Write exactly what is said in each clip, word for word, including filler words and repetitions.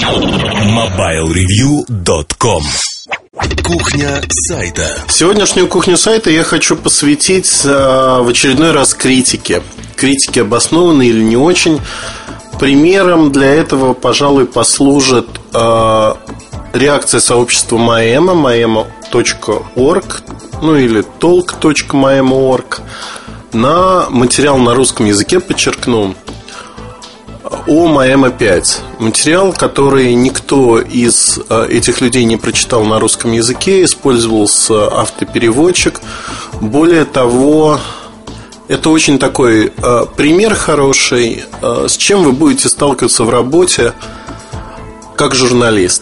мобайл ревью точка ком. Кухня сайта. Сегодняшнюю кухню сайта я хочу посвятить э, в очередной раз критике. Критике обоснованной или не очень. Примером для этого, пожалуй, послужит э, реакция сообщества Маэма, маэма точка орг, ну или толк точка маэма точка орг, на материал на русском языке, подчеркну, о Маэма пять. Материал, который никто из э, этих людей не прочитал на русском языке, использовался автопереводчик. Более того, это очень такой э, пример хороший, э, с чем вы будете сталкиваться в работе как журналист.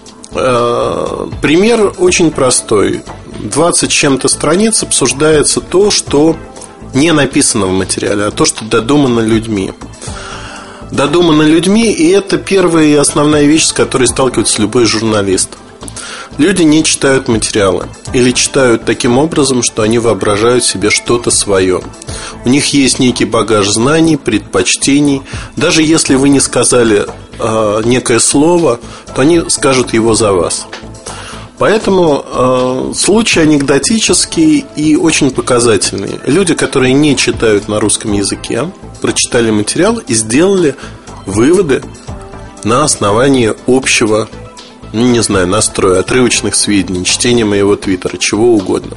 Э, пример очень простой. двадцать с чем-то страниц обсуждается то, что не написано в материале, а то, что додумано людьми. Додумано людьми, и это первая и основная вещь, с которой сталкивается любой журналист. Люди не читают материалы. Или читают таким образом, что они воображают себе что-то свое. У них есть некий багаж знаний, предпочтений. Даже если вы не сказали э, некое слово, то они скажут его за вас. Поэтому э, случай анекдотический и очень показательный. Люди, которые не читают на русском языке, прочитали материал и сделали выводы на основании общего, ну, не знаю, настроя, отрывочных сведений, чтения моего твиттера, чего угодно.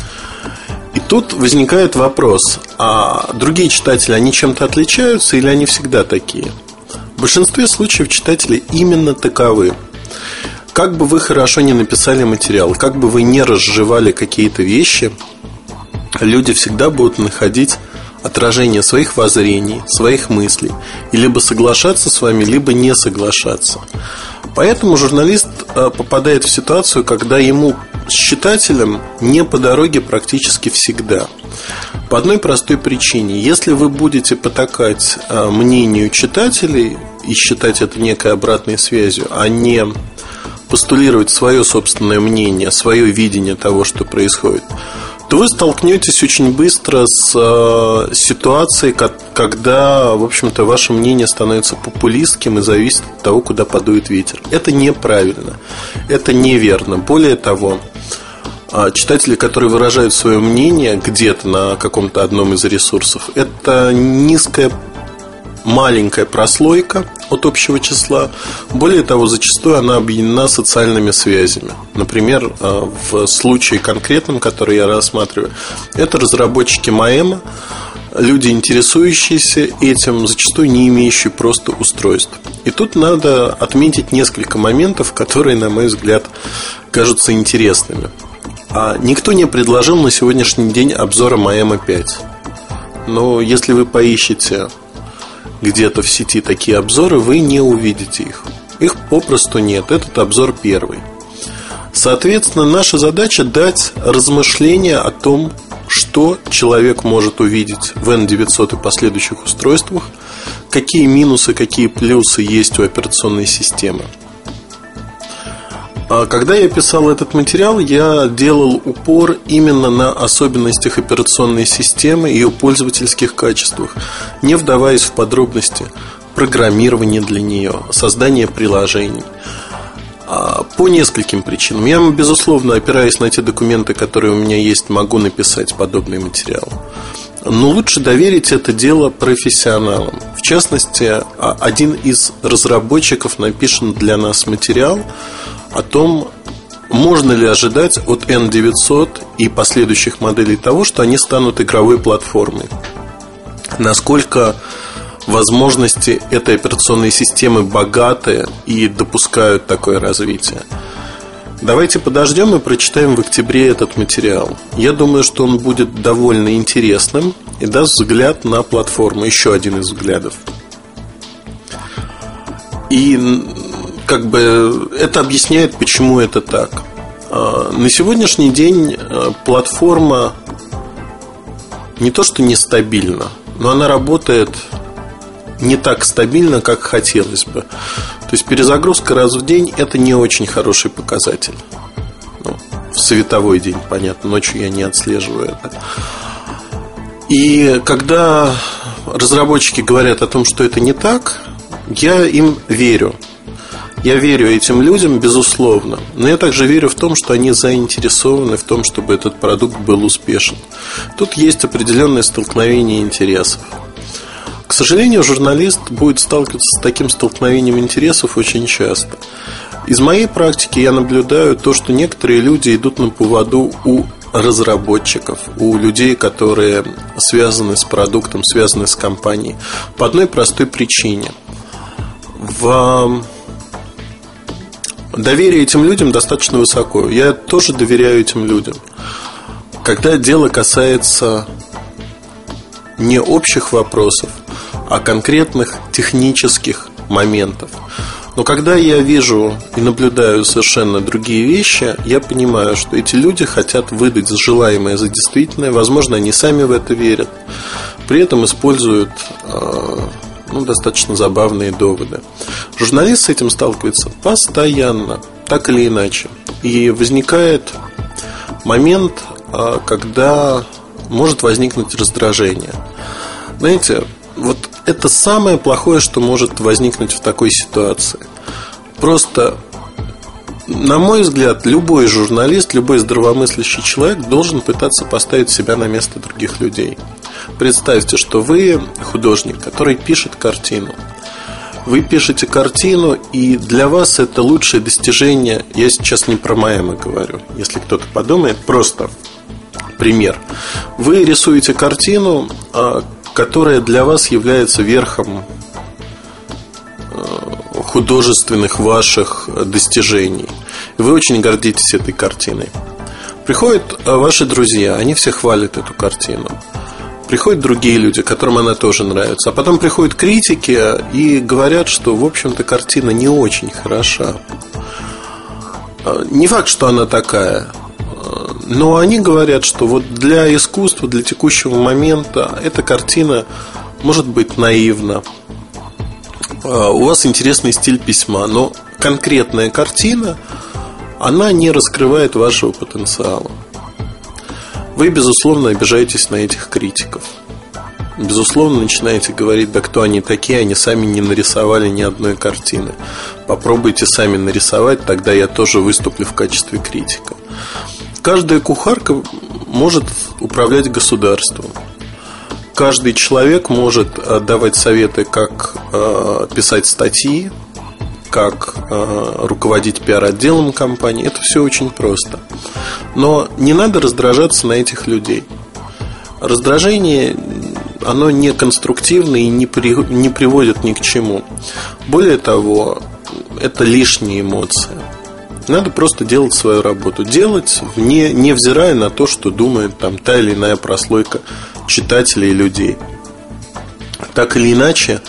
И тут возникает вопрос: а другие читатели, они чем-то отличаются или они всегда такие? В большинстве случаев читатели именно таковы. Как бы вы хорошо не написали материал, как бы вы не разжевали какие-то вещи, люди всегда будут находить отражение своих воззрений, своих мыслей, и либо соглашаться с вами, либо не соглашаться. Поэтому журналист попадает в ситуацию, когда ему с читателем не по дороге практически всегда. По одной простой причине: если вы будете потакать мнению читателей и считать это некой обратной связью, а не постулировать свое собственное мнение, свое видение того, что происходит, то вы столкнетесь очень быстро с э, ситуацией, когда, в общем-то, ваше мнение становится популистским и зависит от того, куда подует ветер. Это неправильно, это неверно. Более того, э, читатели, которые выражают свое мнение где-то на каком-то одном из ресурсов, это низкая, маленькая прослойка от общего числа. Более того, зачастую она объединена социальными связями. Например, в случае конкретном, который я рассматриваю, это разработчики Маэма, люди, интересующиеся этим, зачастую не имеющие просто устройств. И тут надо отметить несколько моментов, которые, на мой взгляд, кажутся интересными. А никто не предложил на сегодняшний день обзора Маэма пять. Но если вы поищете где-то в сети такие обзоры, вы не увидите их. Их попросту нет. Этот обзор первый. Соответственно, наша задача дать размышления о том, что человек может увидеть в эн девятьсот и последующих устройствах, какие минусы, какие плюсы есть у операционной системы. Когда я писал этот материал, я делал упор именно на особенностях операционной системы и ее пользовательских качествах, не вдаваясь в подробности программирования для нее, создания приложений. По нескольким причинам. Я, безусловно, опираясь на те документы, которые у меня есть, могу написать подобный материал. Но лучше доверить это дело профессионалам. В частности, один из разработчиков напишет для нас материал о том, можно ли ожидать от эн девятьсот и последующих моделей того, что они станут игровой платформой. Насколько возможности этой операционной системы богаты и допускают такое развитие. Давайте подождем и прочитаем в октябре этот материал. Я думаю, что он будет довольно интересным и даст взгляд на платформу, еще один из взглядов. И как бы это объясняет, почему это так. На сегодняшний день платформа не то что нестабильна, но она работает не так стабильно, как хотелось бы. То есть перезагрузка раз в день — это не очень хороший показатель. Ну, в световой день, понятно, ночью я не отслеживаю это. И когда разработчики говорят о том, что это не так, я им верю. Я верю этим людям, безусловно. Но я также верю в том, что они заинтересованы в том, чтобы этот продукт был успешен. Тут есть определенное столкновение интересов. К сожалению, журналист будет сталкиваться с таким столкновением интересов очень часто. Из моей практики я наблюдаю то, что некоторые люди идут на поводу у разработчиков, у людей, которые связаны с продуктом, связаны с компанией, по одной простой причине. В доверие этим людям достаточно высоко. Я тоже доверяю этим людям. Когда дело касается не общих вопросов, а конкретных технических моментов. Но когда я вижу и наблюдаю совершенно другие вещи, я понимаю, что эти люди хотят выдать желаемое за действительное. Возможно, они сами в это верят. При этом используют ну, достаточно забавные доводы. Журналист с этим сталкивается постоянно, так или иначе. И возникает момент, когда может возникнуть раздражение. Знаете, вот это самое плохое, что может возникнуть в такой ситуации. Просто, на мой взгляд, любой журналист, любой здравомыслящий человек должен пытаться поставить себя на место других людей. Представьте, что вы художник, который пишет картину. Вы пишете картину, и для вас это лучшее достижение. Я сейчас не про Майами говорю. Если кто-то подумает, просто пример. Вы рисуете картину, которая для вас является верхом художественных ваших достижений. Вы очень гордитесь этой картиной. Приходят ваши друзья, они все хвалят эту картину. Приходят другие люди, которым она тоже нравится. А потом приходят критики и говорят, что, в общем-то, картина не очень хороша. Не факт, что она такая, но они говорят, что вот для искусства, для текущего момента эта картина может быть наивна. У вас интересный стиль письма, но конкретная картина, она не раскрывает вашего потенциала. Вы, безусловно, обижаетесь на этих критиков. Безусловно, начинаете говорить: да кто они такие, они сами не нарисовали ни одной картины. Попробуйте сами нарисовать, тогда я тоже выступлю в качестве критика. Каждая кухарка может управлять государством. Каждый человек может давать советы, как э, писать статьи, как э, руководить пиар-отделом компании. Это все очень просто. Но не надо раздражаться на этих людей. Раздражение, оно не конструктивно и не, при, не приводит ни к чему. Более того, это лишние эмоции. Надо просто делать свою работу. Делать, не, невзирая на то, что думает там та или иная прослойка читателей и людей. Так или иначе,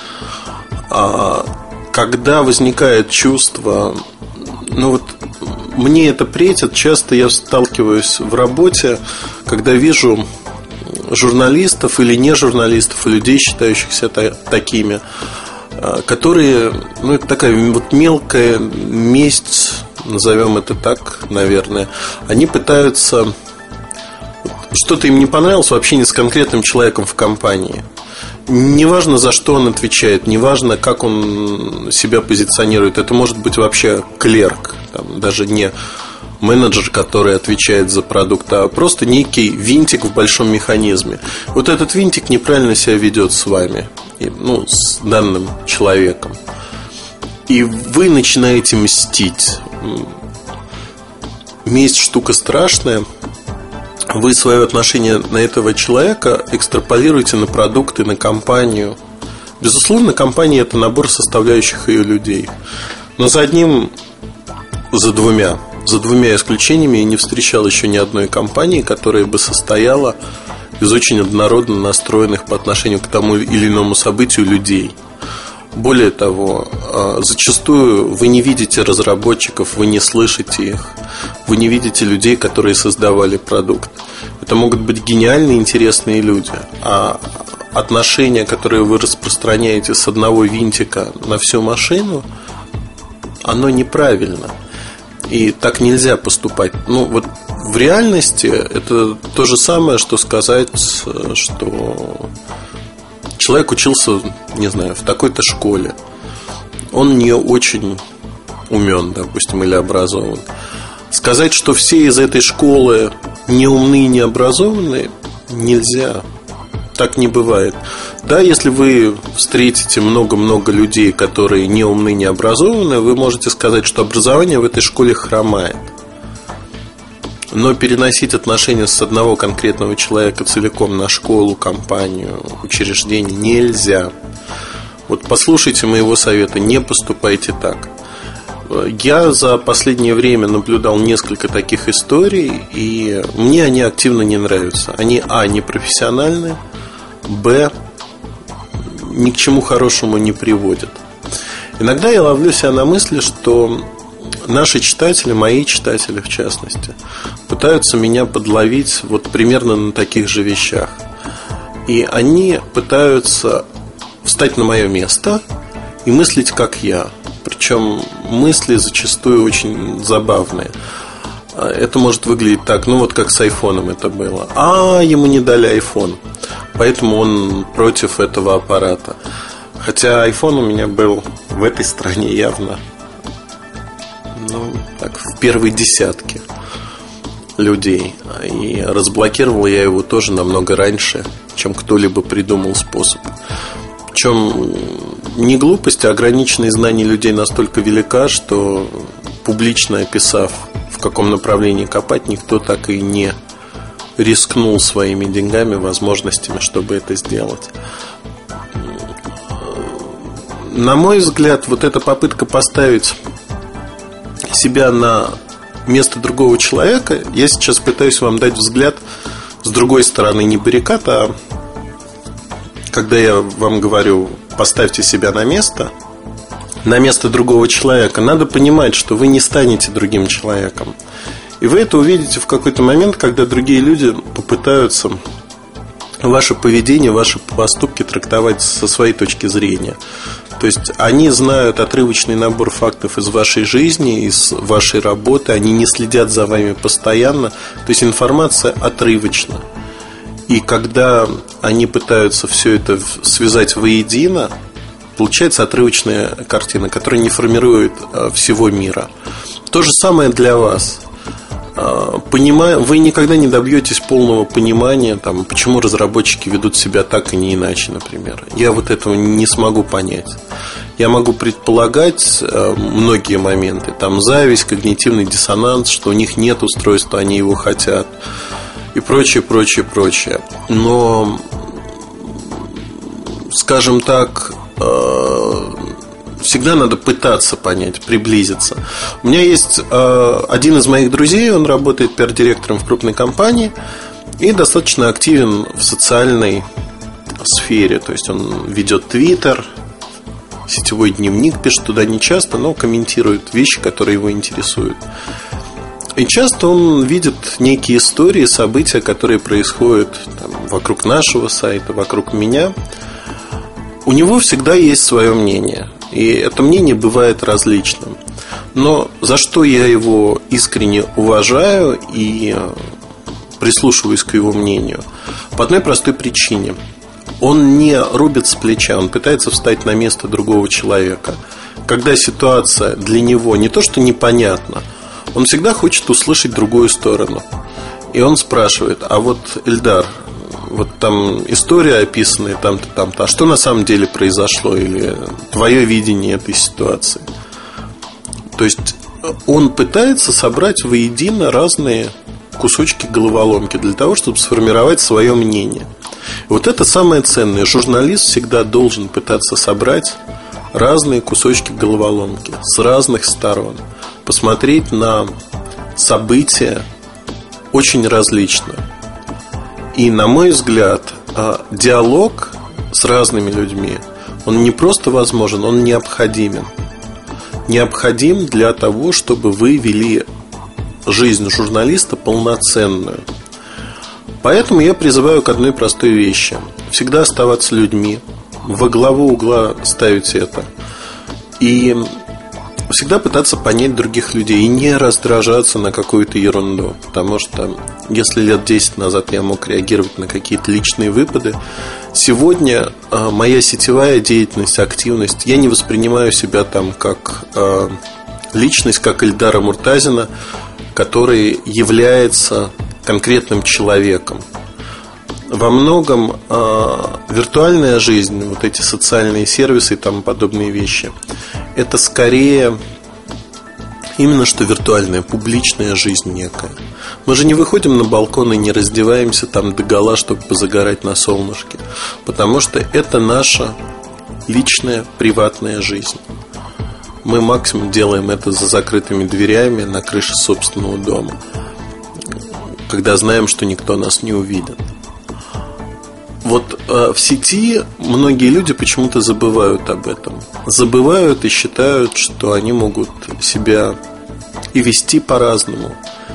когда возникает чувство, ну вот мне это претит, часто я сталкиваюсь в работе, когда вижу журналистов или не журналистов, людей, считающихся та- такими, которые, ну это такая вот мелкая месть, назовем это так, наверное. Они пытаются, что-то им не понравилось в общении с конкретным человеком в компании. Неважно, за что он отвечает, неважно, как он себя позиционирует. Это может быть вообще клерк, там, даже не менеджер, который отвечает за продукт, а просто некий винтик в большом механизме. Вот этот винтик неправильно себя ведет с вами, ну, с данным человеком. И вы начинаете мстить. Месть штука страшная. Вы свое отношение на этого человека экстраполируете на продукты, на компанию. Безусловно, компания – это набор составляющих ее людей. Но за одним, за двумя За двумя исключениями я не встречал еще ни одной компании, которая бы состояла из очень однородно настроенных по отношению к тому или иному событию людей. Более того, зачастую вы не видите разработчиков, вы не слышите их, вы не видите людей, которые создавали продукт. Это могут быть гениальные, интересные люди, а отношения, которые вы распространяете с одного винтика на всю машину, оно неправильно. И так нельзя поступать. Ну вот в реальности это то же самое, что сказать, что человек учился, не знаю, в такой-то школе. Он не очень умен, допустим, или образован. Сказать, что все из этой школы не умны и не образованы, нельзя. Так не бывает. Да, если вы встретите много-много людей, которые не умны, не образованы, вы можете сказать, что образование в этой школе хромает. Но переносить отношения с одного конкретного человека целиком на школу, компанию, учреждение нельзя. Вот послушайте моего совета, не поступайте так. Я за последнее время наблюдал несколько таких историй, и мне они активно не нравятся. Они, а, непрофессиональны, б, ни к чему хорошему не приводят. Иногда я ловлю себя на мысли, что наши читатели, мои читатели в частности, пытаются меня подловить вот примерно на таких же вещах. И они пытаются встать на мое место и мыслить как я. Причем мысли зачастую очень забавные. Это может выглядеть так, ну вот как с айфоном это было. А, ему не дали айфон, поэтому он против этого аппарата. Хотя айфон у меня был в этой стране явно, ну, так, в первой десятке людей. И разблокировал я его тоже намного раньше, чем кто-либо придумал способ. Причем не глупость, а ограниченные знания людей настолько велика, что публично описав, в каком направлении копать, никто так и не рискнул своими деньгами, возможностями, чтобы это сделать. На мой взгляд, вот эта попытка поставить себя на место другого человека, я сейчас пытаюсь вам дать взгляд с другой стороны, не баррикад, а когда я вам говорю, поставьте себя на место, на место другого человека, надо понимать, что вы не станете другим человеком. И вы это увидите в какой-то момент, когда другие люди попытаются ваше поведение, ваши поступки трактовать со своей точки зрения. То есть они знают отрывочный набор фактов из вашей жизни, из вашей работы, они не следят за вами постоянно. То есть информация отрывочна. И когда они пытаются все это связать воедино, получается отрывочная картина, которая не формирует всего мира. То же самое для вас. Понимая, вы никогда не добьетесь полного понимания, там, почему разработчики ведут себя так и не иначе, например. Я вот этого не смогу понять. Я могу предполагать многие моменты, там зависть, когнитивный диссонанс, что у них нет устройства, они его хотят, и прочее, прочее, прочее. Но, скажем так, всегда надо пытаться понять, приблизиться. У меня есть э, один из моих друзей, он работает пиар-директором в крупной компании и достаточно активен в социальной сфере. То есть он ведет Твиттер, сетевой дневник, пишет туда не часто, но комментирует вещи, которые его интересуют. И часто он видит некие истории, события, которые происходят там, вокруг нашего сайта, вокруг меня. У него всегда есть свое мнение. И это мнение бывает различным. Но за что я его искренне уважаю и прислушиваюсь к его мнению? По одной простой причине. Он не рубит с плеча, он пытается встать на место другого человека. Когда ситуация для него не то что непонятна, он всегда хочет услышать другую сторону. И он спрашивает: а вот, Эльдар, вот там история описанная там-то, там-то, а что на самом деле произошло? Или твое видение этой ситуации? То есть он пытается собрать воедино разные кусочки головоломки для того, чтобы сформировать свое мнение. Вот это самое ценное. Журналист всегда должен пытаться собрать разные кусочки головоломки с разных сторон, посмотреть на события очень различно. И, на мой взгляд, диалог с разными людьми, он не просто возможен, он необходимен. Необходим для того, чтобы вы вели жизнь журналиста полноценную. Поэтому я призываю к одной простой вещи: всегда оставаться людьми, во главу угла ставить это, и всегда пытаться понять других людей и не раздражаться на какую-то ерунду. Потому что если лет десять назад я мог реагировать на какие-то личные выпады, сегодня э, моя сетевая деятельность, активность, я не воспринимаю себя там как э, личность, как Эльдара Муртазина, который является конкретным человеком. Во многом э, виртуальная жизнь, вот эти социальные сервисы и тому подобные вещи, это скорее именно что виртуальная, публичная жизнь некая. Мы же не выходим на балкон и не раздеваемся там догола, чтобы позагорать на солнышке, потому что это наша личная, приватная жизнь. Мы максимум делаем это за закрытыми дверями на крыше собственного дома, когда знаем, что никто нас не увидит. Вот э, в сети многие люди почему-то забывают об этом. Забывают и считают, что они могут себя и вести по-разному,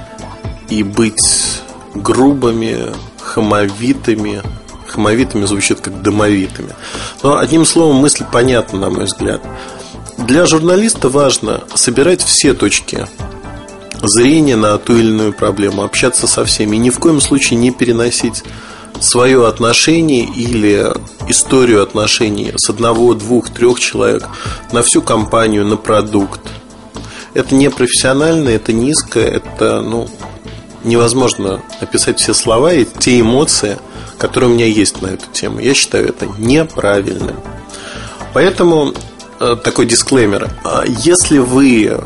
и быть грубыми, хамовитыми. Хамовитыми звучит как домовитыми. Но одним словом, мысль понятна, на мой взгляд. Для журналиста важно собирать все точки зрения на ту или иную проблему, общаться со всеми, и ни в коем случае не переносить свое отношение или историю отношений с одного, двух, трех человек на всю компанию, на продукт. Это не профессионально, это низко, это, ну, невозможно описать все слова и те эмоции, которые у меня есть на эту тему. Я считаю это неправильным. Поэтому такой дисклеймер. Если вы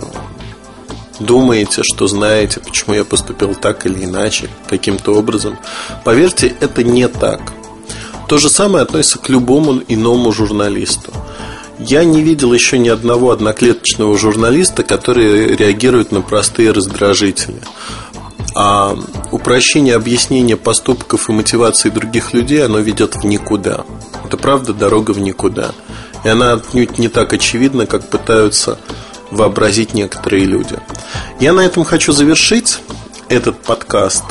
думаете, что знаете, почему я поступил так или иначе, каким-то образом, поверьте, это не так. То же самое относится к любому иному журналисту. Я не видел еще ни одного одноклеточного журналиста, который реагирует на простые раздражители. А упрощение объяснения поступков и мотивации других людей, оно ведет в никуда. Это правда дорога в никуда. И она отнюдь не так очевидна, как пытаются вообразить некоторые люди. Я на этом хочу завершить этот подкаст.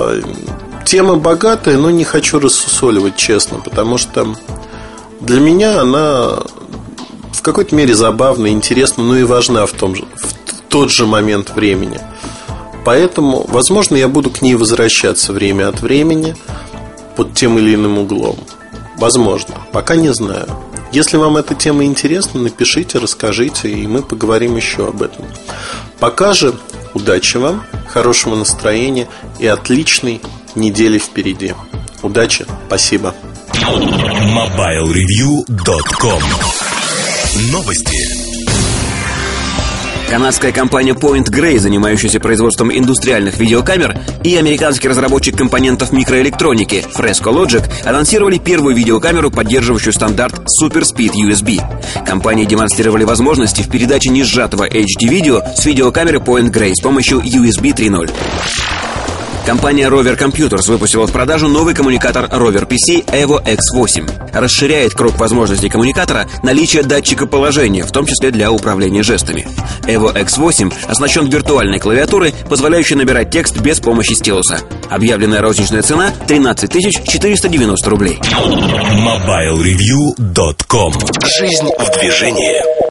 Тема богатая, но не хочу рассусоливать, честно, потому что для меня она в какой-то мере забавна, интересна, но и важна в, том же, в тот же момент времени. Поэтому, возможно, я буду к ней возвращаться время от времени под тем или иным углом. Возможно, пока не знаю. Если вам эта тема интересна, напишите, расскажите, и мы поговорим еще об этом. Пока же удачи вам, хорошего настроения и отличной недели впереди. Удачи, спасибо. мобайл ревью точка ком. Новости. Канадская компания Point Grey, занимающаяся производством индустриальных видеокамер, и американский разработчик компонентов микроэлектроники Fresco Logic анонсировали первую видеокамеру, поддерживающую стандарт Super Speed ю эс би. Компании демонстрировали возможности в передаче несжатого эйч ди-видео с видеокамеры Point Grey с помощью ю эс би три ноль. Компания Rover Computers выпустила в продажу новый коммуникатор Rover пи си Evo икс восемь. Расширяет круг возможностей коммуникатора наличие датчика положения, в том числе для управления жестами. Evo икс восемь оснащен виртуальной клавиатурой, позволяющей набирать текст без помощи стилуса. Объявленная розничная цена – тринадцать тысяч четыреста девяносто рублей. мобайл ревью точка ком. Жизнь в движении.